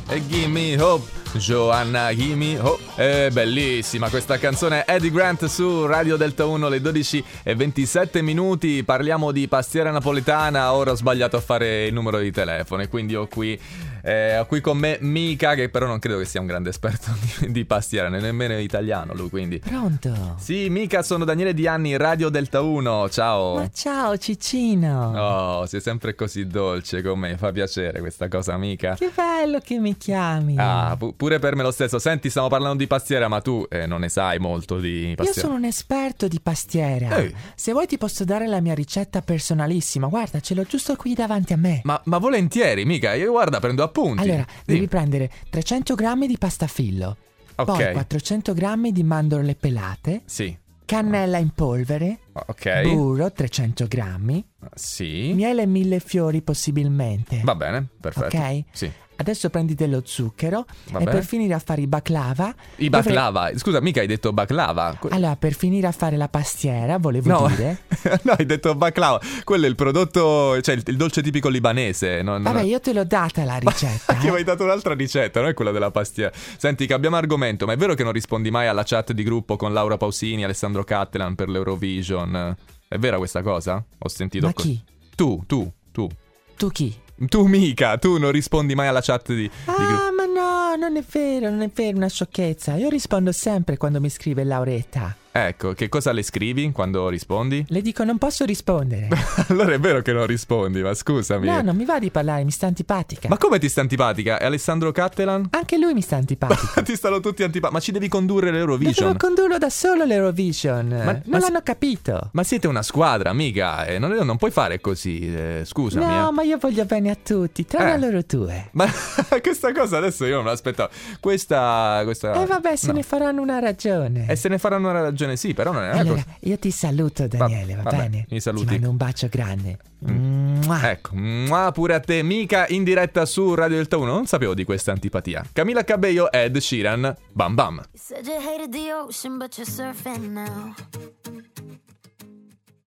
Gimme Hope, Joanna Gimme Hope. Bellissima questa canzone, Eddie Grant su Radio Delta 1, le 12:27. Parliamo di pastiera napoletana. Ora ho sbagliato a fare il numero di telefono e quindi ho qui con me Mika, che però non credo che sia un grande esperto di pastiera, nemmeno italiano lui, quindi. Pronto? Sì, Mika, sono Daniele Dianni, Radio Delta 1, ciao. Ma ciao Ciccino. Oh, sei sempre così dolce con me, fa piacere questa cosa, Mika. Che bello che mi chiami. Ah, pure per me lo stesso. Senti, stiamo parlando di pastiera, ma tu non ne sai molto di pastiera. Io sono un esperto di pastiera. Se vuoi ti posso dare la mia ricetta personalissima. Guarda, ce l'ho giusto qui davanti a me. Ma volentieri, Mika, io guarda, prendo appunti. Allora, devi prendere 300 grammi di pasta fillo, poi 400 grammi di mandorle pelate, sì, cannella in polvere, burro 300 grammi, sì, miele e millefiori possibilmente. Va bene, perfetto. Ok? Sì. Adesso prendi dello zucchero Va e bene. per finire a fare i baklava. Scusa, mica hai detto baklava. Allora, per finire a fare la pastiera, volevo dire. No, hai detto baklava. Quello è il prodotto, cioè il dolce tipico libanese. Vabbè, io te l'ho data la ricetta. Che mi hai dato un'altra ricetta, non è quella della pastiera. Senti, cambiamo argomento, ma è vero che non rispondi mai alla chat di gruppo con Laura Pausini, Alessandro Cattelan per l'Eurovision? È vera questa cosa? Ho sentito. Ma chi? Tu. Tu chi? Tu mica, tu non rispondi mai alla chat di gruppo. Ma no, non è vero, una sciocchezza. Io rispondo sempre quando mi scrive Lauretta. Ecco, che cosa le scrivi quando rispondi? Le dico non posso rispondere. Allora è vero che non rispondi, ma scusami. No, non mi va di parlare, mi sta antipatica. Ma come ti sta antipatica? E Alessandro Cattelan? Anche lui mi sta antipatico. Ti stanno tutti antipatici. Ma ci devi condurre l'Eurovision. Devo condurlo da solo l'Eurovision. Non l'hanno capito. Ma siete una squadra, amica. Non puoi fare così, scusami. No, ma io voglio bene a tutti, tranne loro due. Ma questa cosa adesso io non me l'aspettavo. Questa... vabbè, se ne faranno una ragione. E se ne faranno una ragione, sì, però non è una allora, cosa. io ti saluto, Daniele, va bene? Mi saluti. Ti mando un bacio grande. Ecco, pure a te, mica, in diretta su Radio Delta 1. Non sapevo di questa antipatia. Camila Cabello, Ed Sheeran, Bam Bam. You said you hated the ocean, but you're surfing now.